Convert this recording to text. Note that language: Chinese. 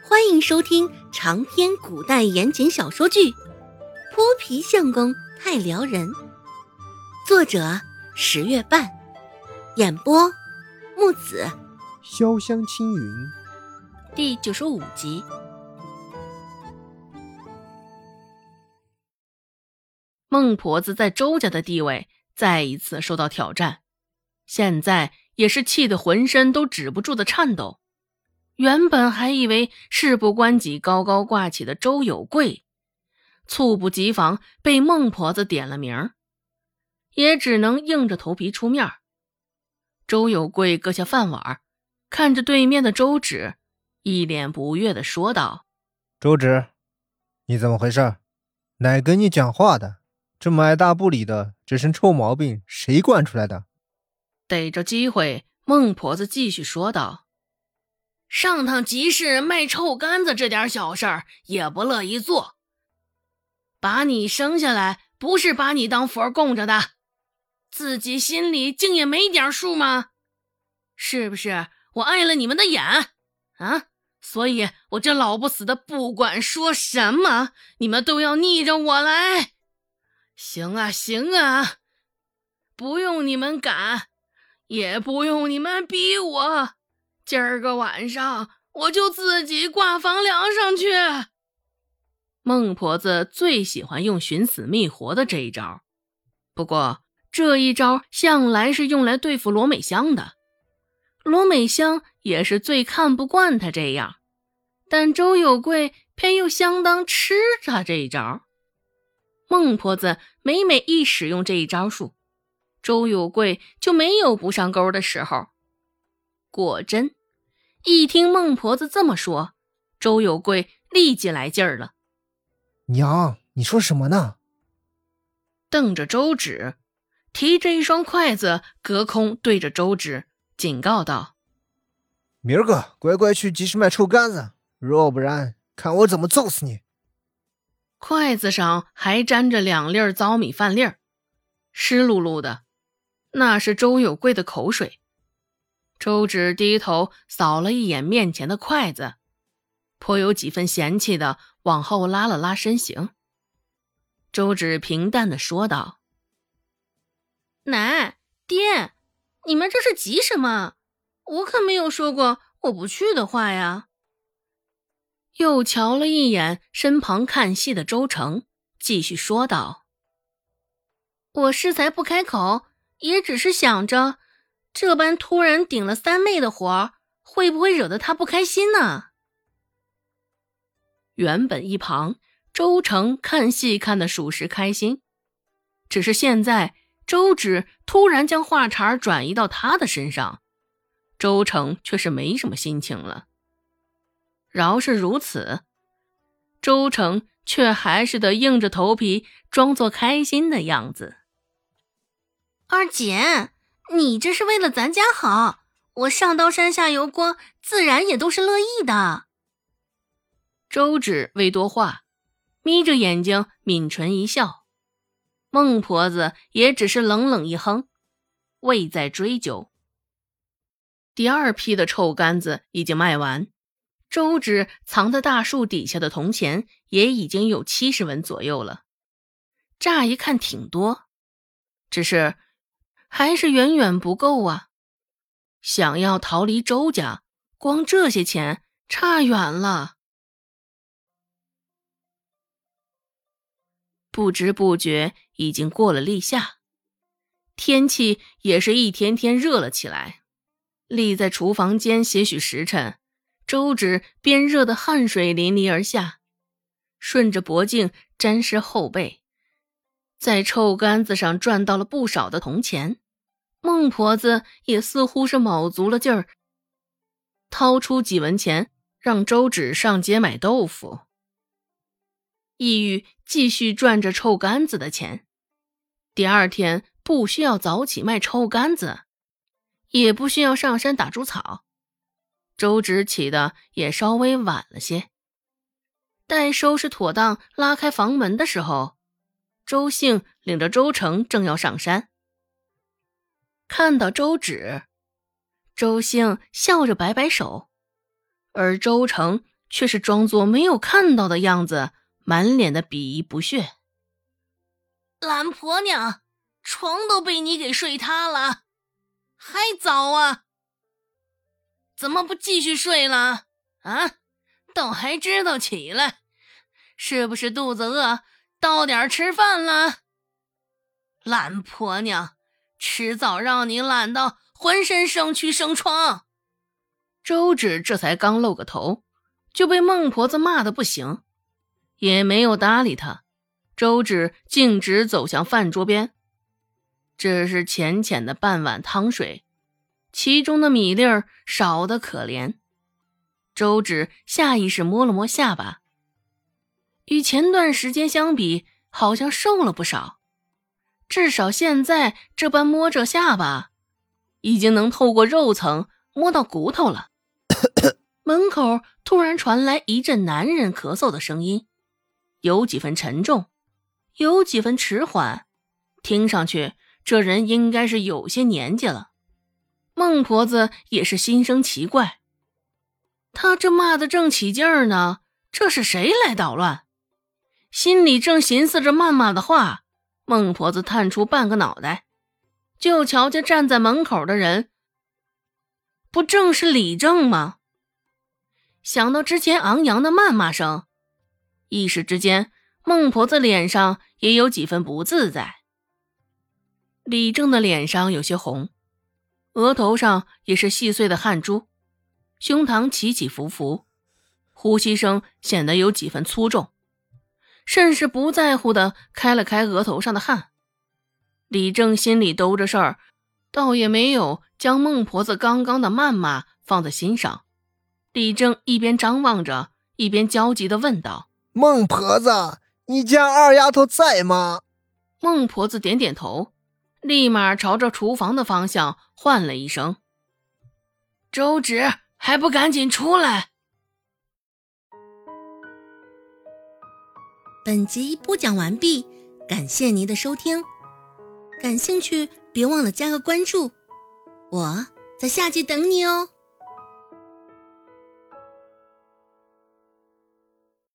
欢迎收听长篇古代言情小说剧《泼皮相公太撩人》，作者十月半，演播木子潇湘青云， 第95集。 孟婆子在周家的地位再一次受到挑战，现在也是气得浑身都止不住的颤抖。原本还以为事不关己高高挂起的周有贵，猝不及防被孟婆子点了名，也只能硬着头皮出面。周有贵搁下饭碗，看着对面的周芷，一脸不悦地说道： 周芷，你怎么回事？奶跟你讲话的，这么爱答不理的，这身臭毛病谁惯出来的？ 逮着机会，孟婆子继续说道：上趟集市卖臭干子这点小事儿也不乐意做，把你生下来不是把你当佛供着的，自己心里竟也没点数吗？是不是我碍了你们的眼啊？所以我这老不死的不管说什么，你们都要逆着我来。行啊行啊，不用你们赶，也不用你们逼我，今儿个晚上我就自己挂房梁上去。孟婆子最喜欢用寻死觅活的这一招，不过这一招向来是用来对付罗美香的。罗美香也是最看不惯他这样，但周有贵偏又相当吃他这一招。孟婆子每一使用这一招数，周有贵就没有不上钩的时候。果真，一听孟婆子这么说，周有贵立即来劲儿了。 娘，你说什么呢？ 瞪着周芷，提着一双筷子隔空对着周芷警告道： 明儿个乖乖去集市卖臭干子，若不然看我怎么揍死你。 筷子上还沾着2粒糟米饭粒儿，湿漉漉的，那是周有贵的口水。周芷低头扫了一眼面前的筷子，颇有几分嫌弃的往后拉了拉身形。周芷平淡的说道：奶爹，你们这是急什么？我可没有说过我不去的话呀。又瞧了一眼身旁看戏的周成，继续说道：我适才不开口，也只是想着这般突然顶了三妹的活，会不会惹得她不开心呢？原本一旁周成看戏看得属实开心，只是现在周芷突然将话茬转移到他的身上，周成却是没什么心情了。饶是如此，周成却还是得硬着头皮装作开心的样子。二姐，你这是为了咱家好，我上刀山下油锅自然也都是乐意的。周芷未多话，眯着眼睛抿唇一笑。孟婆子也只是冷冷一哼，未再追究。第二批的臭干子已经卖完，周芷藏在大树底下的铜钱也已经有70文左右了。乍一看挺多，只是还是远远不够啊。想要逃离周家，光这些钱差远了。不知不觉已经过了立夏，天气也是一天天热了起来。立在厨房间些许时辰，周芷便热得汗水淋漓而下，顺着脖颈沾湿后背，在臭干子上赚到了不少的铜钱。孟婆子也似乎是卯足了劲儿，掏出几文钱让周芷上街买豆腐，意欲继续赚着臭干子的钱。第二天不需要早起卖臭干子，也不需要上山打猪草，周芷起的也稍微晚了些。待收拾妥当拉开房门的时候，周兴领着周成正要上山。看到周芷，周兴笑着摆摆手，而周成却是装作没有看到的样子，满脸的鄙夷不屑。懒婆娘，床都被你给睡塌了，还早啊？怎么不继续睡了？啊，都还知道起来，是不是肚子饿，到点吃饭了？懒婆娘，迟早让你懒到浑身生蛆生疮。周芷这才刚露个头，就被孟婆子骂得不行，也没有搭理他。周芷径直走向饭桌边，这是浅浅的半碗汤水，其中的米粒儿少得可怜。周芷下意识摸了摸下巴，与前段时间相比，好像瘦了不少，至少现在这般摸着下巴，已经能透过肉层摸到骨头了。门口突然传来一阵男人咳嗽的声音，有几分沉重，有几分迟缓，听上去这人应该是有些年纪了。孟婆子也是心生奇怪，她这骂得正起劲儿呢，这是谁来捣乱？心里正寻思着谩骂的话，孟婆子探出半个脑袋，就瞧见站在门口的人，不正是李正吗？想到之前昂扬的谩骂声，一时之间孟婆子脸上也有几分不自在。李正的脸上有些红，额头上也是细碎的汗珠，胸膛起起伏伏，呼吸声显得有几分粗重，甚是不在乎地开了开额头上的汗。李正心里兜着事儿，倒也没有将孟婆子刚刚的谩骂放在心上。李正一边张望着，一边焦急地问道： 孟婆子，你家二丫头在吗？ 孟婆子点点头，立马朝着厨房的方向唤了一声：周芷，还不赶紧出来！ 本集播讲完毕，感谢您的收听。感兴趣别忘了加个关注，我在下集等你哦。